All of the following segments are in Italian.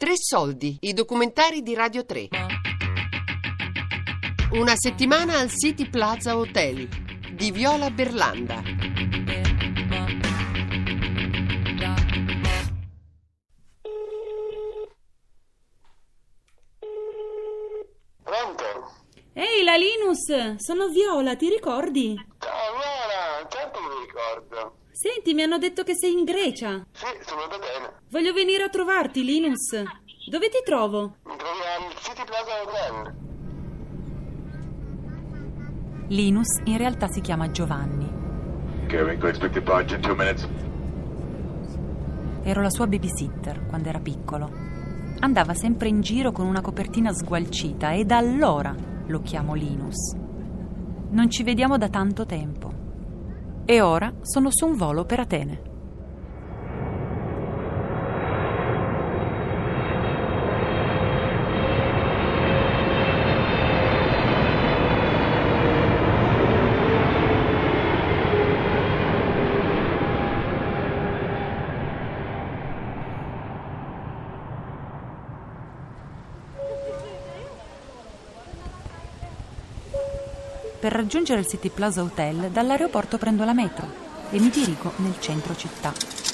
Tre soldi, i documentari di Radio 3. Una settimana al City Plaza Hotel di Viola Berlanda. Pronto? Ehi, la Linus, sono Viola, ti ricordi? Ciao Viola, certo che mi ricordo. Senti, mi hanno detto che sei in Grecia. Sì, sono ad Atene. Voglio venire a trovarti, Linus. Dove ti trovo? Mi trovi al City Plaza Hotel. Linus in realtà si chiama Giovanni. Gary, go expect departure in 2 minutes. Ero la sua babysitter quando era piccolo. Andava sempre in giro con una copertina sgualcita e da allora lo chiamo Linus. Non ci vediamo da tanto tempo. E ora sono su un volo per Atene. Per raggiungere il City Plaza Hotel, dall'aeroporto prendo la metro e mi dirigo nel centro città.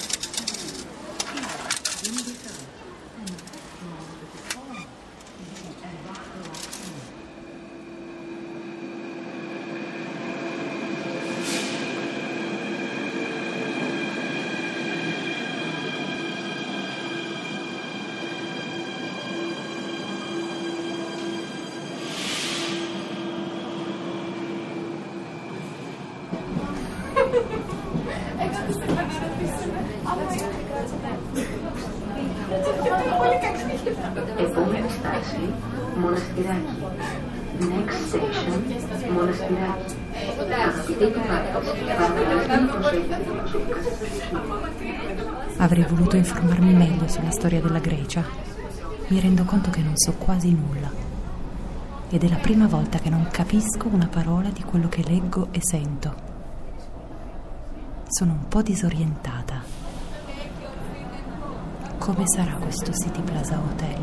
Επόμενη στάση, Μοναστηράκι. Next station, Μοναστηράκι. Αγαπητοί επιβάτες, παρακαλώ την προσοχή σας. Avrei voluto informarmi meglio sulla storia della Grecia. Mi rendo conto che non so quasi nulla. Ed è la prima volta che non capisco una parola di quello che leggo e sento. Sono un po' disorientata. Come sarà questo City Plaza Hotel?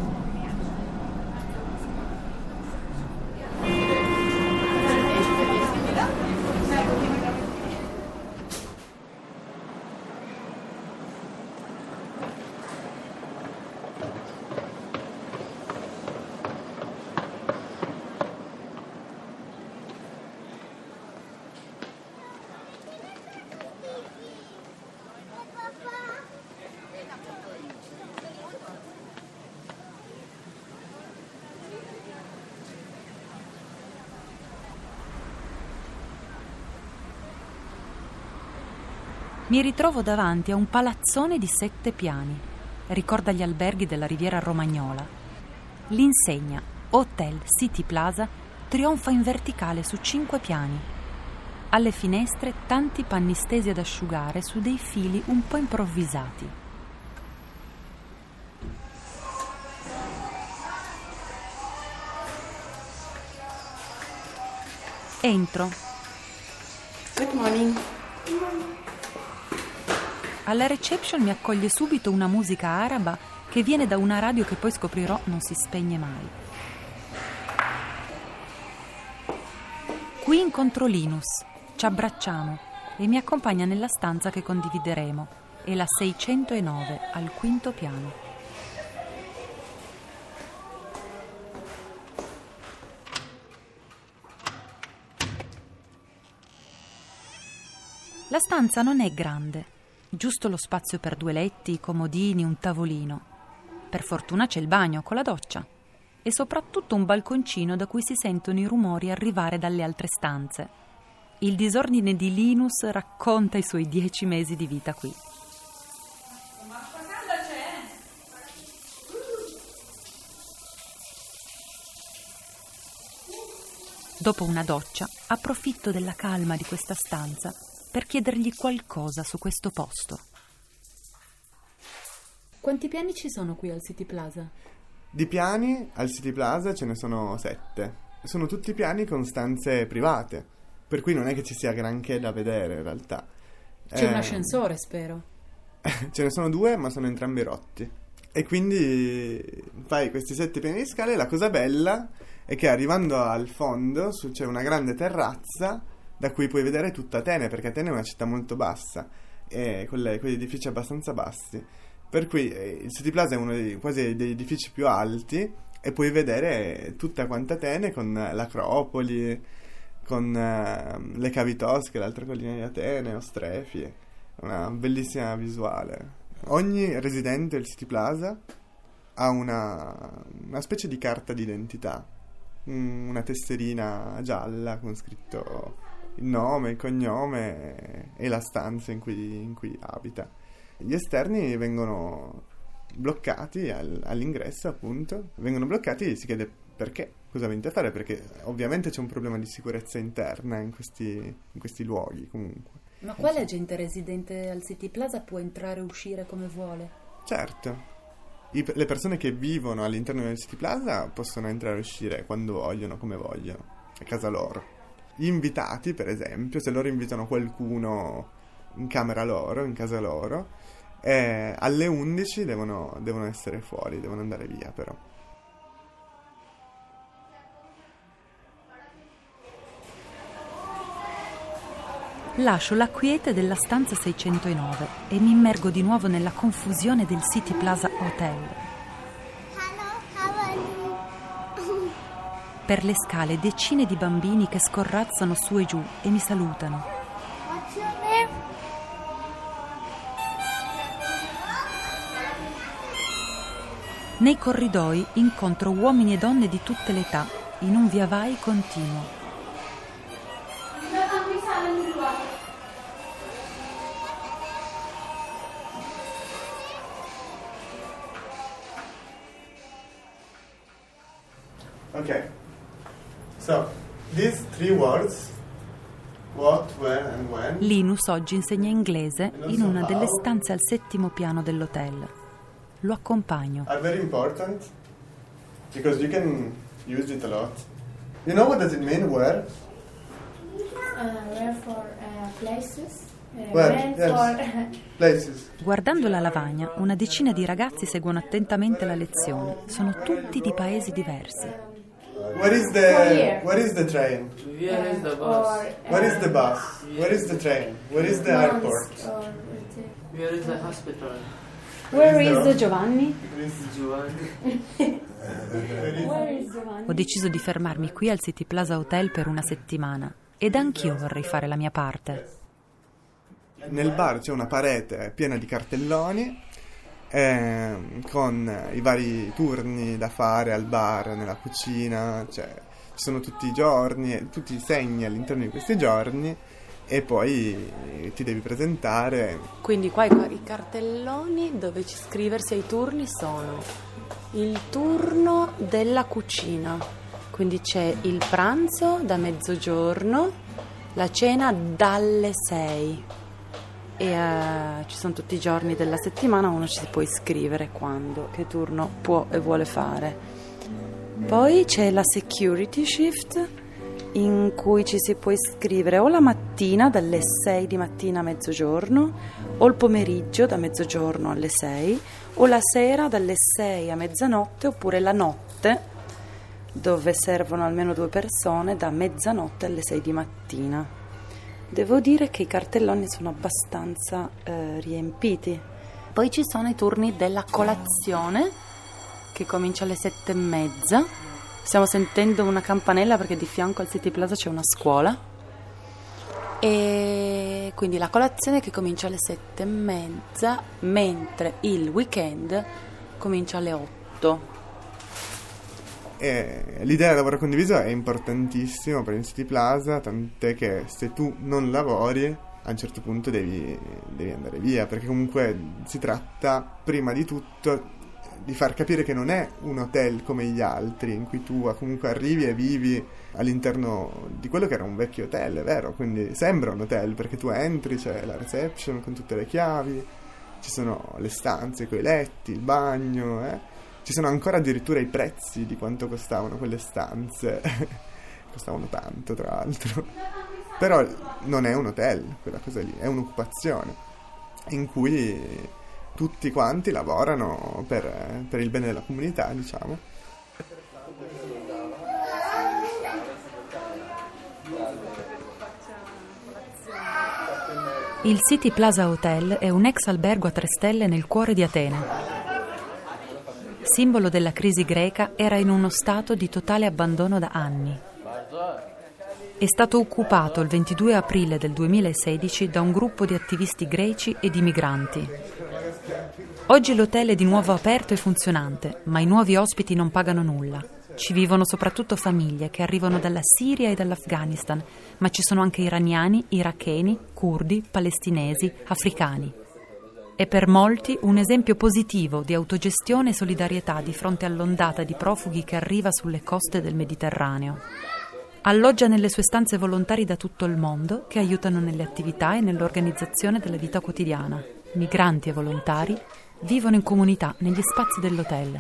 Mi ritrovo davanti a un palazzone di 7 piani. Ricorda gli alberghi della Riviera Romagnola. L'insegna Hotel City Plaza trionfa in verticale su 5 piani. Alle finestre tanti panni stesi ad asciugare su dei fili un po' improvvisati. Entro. Good morning. Alla reception mi accoglie subito una musica araba che viene da una radio che poi scoprirò non si spegne mai. Qui incontro Linus, ci abbracciamo e mi accompagna nella stanza che condivideremo. È la 609 al 5° piano. La stanza non è grande. Giusto lo spazio per 2 letti, comodini, un tavolino. Per fortuna c'è il bagno con la doccia e soprattutto un balconcino da cui si sentono i rumori arrivare dalle altre stanze. Il disordine di Linus racconta i suoi 10 mesi di vita qui. Dopo una doccia, approfitto della calma di questa stanza per chiedergli qualcosa su questo posto. Quanti piani ci sono qui al City Plaza? Di piani al City Plaza ce ne sono 7. Sono tutti piani con stanze private, per cui non è che ci sia granché da vedere in realtà. C'è un ascensore, spero. Ce ne sono 2, ma sono entrambi rotti. E quindi fai questi 7 piani di scale. La cosa bella è che arrivando al fondo c'è una grande terrazza da cui puoi vedere tutta Atene, perché Atene è una città molto bassa, e con quegli edifici abbastanza bassi. Per cui il City Plaza è uno quasi degli edifici più alti e puoi vedere tutta quanta Atene con l'Acropoli, con le Cavitosche, l'altra collina di Atene, Ostrefi. Una bellissima visuale. Ogni residente del City Plaza ha una specie di carta d'identità, una tesserina gialla con scritto il nome, il cognome e la stanza in cui abita. Gli esterni vengono bloccati all'ingresso, appunto. Vengono bloccati e si chiede perché, cosa venite a fare, perché ovviamente c'è un problema di sicurezza interna in questi luoghi comunque. Ma quale gente residente al City Plaza può entrare e uscire come vuole? Certo, le persone che vivono all'interno del City Plaza possono entrare e uscire quando vogliono, come vogliono, a casa loro. Gli invitati, per esempio, se loro invitano qualcuno in camera loro, in casa loro, alle 11 devono essere fuori, devono andare via però. Lascio la quiete della stanza 609 e mi immergo di nuovo nella confusione del City Plaza Hotel. Per le scale decine di bambini che scorrazzano su e giù e mi salutano. Nei corridoi incontro uomini e donne di tutte le età, in un via vai continuo. Ok, so these 3 words, what, where and when. Linus oggi insegna inglese in una delle stanze al 7° piano dell'hotel. Lo accompagno. Are very important because you can use it a lot. You know what does it mean, where? Where for places. Where? When Yes. for Places. Guardando la lavagna, una decina di ragazzi seguono attentamente la lezione. Sono tutti di paesi diversi. Where is the train? Where is the bus? Where is the bus? Where is the train? Where is the airport? Where is the hospital? Where is the Giovanni? Giovanni. Where is Giovanni? Ho deciso di fermarmi qui al City Plaza Hotel per una settimana ed anch'io vorrei fare la mia parte. Nel bar c'è una parete piena di cartelloni con i vari turni da fare al bar, nella cucina, cioè ci sono tutti i giorni, tutti i segni all'interno di questi giorni e poi ti devi presentare. Quindi qua i cartelloni dove iscriversi ai turni sono il turno della cucina, quindi c'è il pranzo da mezzogiorno, la cena dalle 6 e ci sono tutti i giorni della settimana, uno ci si può iscrivere quando, che turno può e vuole fare. Poi c'è la security shift in cui ci si può iscrivere o la mattina dalle 6 di mattina a mezzogiorno o il pomeriggio da mezzogiorno alle 6 o la sera dalle 6 a mezzanotte oppure la notte dove servono almeno 2 persone da mezzanotte alle 6 di mattina. Devo dire che i cartelloni sono abbastanza riempiti. Poi ci sono i turni della colazione che comincia alle 7:30. Stiamo sentendo una campanella perché di fianco al City Plaza c'è una scuola. E quindi la colazione che comincia alle 7:30, mentre il weekend comincia alle 8. L'idea del lavoro condiviso è importantissimo per il City Plaza, tant'è che se tu non lavori a un certo punto devi andare via, perché comunque si tratta prima di tutto di far capire che non è un hotel come gli altri in cui tu comunque arrivi e vivi all'interno di quello che era un vecchio hotel, è vero? Quindi sembra un hotel perché tu entri, c'è la reception con tutte le chiavi, ci sono le stanze con i letti, il bagno, Ci sono ancora addirittura i prezzi di quanto costavano quelle stanze. Costavano tanto, tra l'altro. Però non è un hotel, quella cosa lì, è un'occupazione in cui tutti quanti lavorano per il bene della comunità, diciamo. Il City Plaza Hotel è un ex albergo a 3 stelle nel cuore di Atene. Simbolo della crisi greca, era in uno stato di totale abbandono da anni. È stato occupato il 22 aprile del 2016 da un gruppo di attivisti greci e di migranti. Oggi l'hotel è di nuovo aperto e funzionante, ma i nuovi ospiti non pagano nulla. Ci vivono soprattutto famiglie che arrivano dalla Siria e dall'Afghanistan, ma ci sono anche iraniani, iracheni, curdi, palestinesi, africani. È per molti un esempio positivo di autogestione e solidarietà di fronte all'ondata di profughi che arriva sulle coste del Mediterraneo. Alloggia nelle sue stanze volontari da tutto il mondo che aiutano nelle attività e nell'organizzazione della vita quotidiana. Migranti e volontari vivono in comunità negli spazi dell'hotel.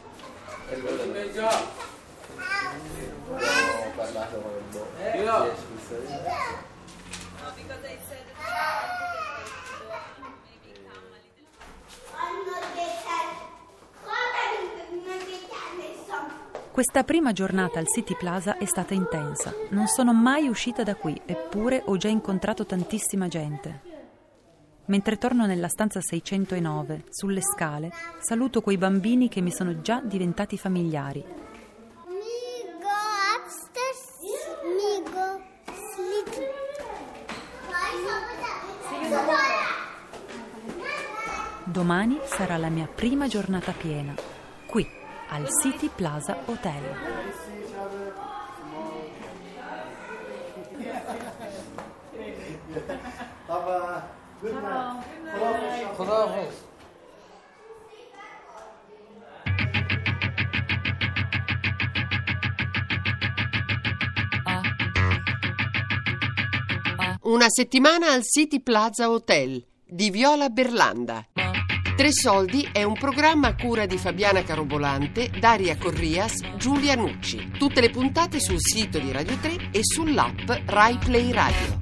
Questa prima giornata al City Plaza è stata intensa. Non sono mai uscita da qui, eppure ho già incontrato tantissima gente. Mentre torno nella stanza 609, sulle scale, saluto quei bambini che mi sono già diventati familiari. Domani sarà la mia prima giornata piena, qui, al City Plaza Hotel. Una settimana al City Plaza Hotel di Viola Berlanda. 3 soldi è un programma a cura di Fabiana Carobolante, Daria Corrias, Giulia Nucci. Tutte le puntate sul sito di Radio 3 e sull'app Rai Play Radio.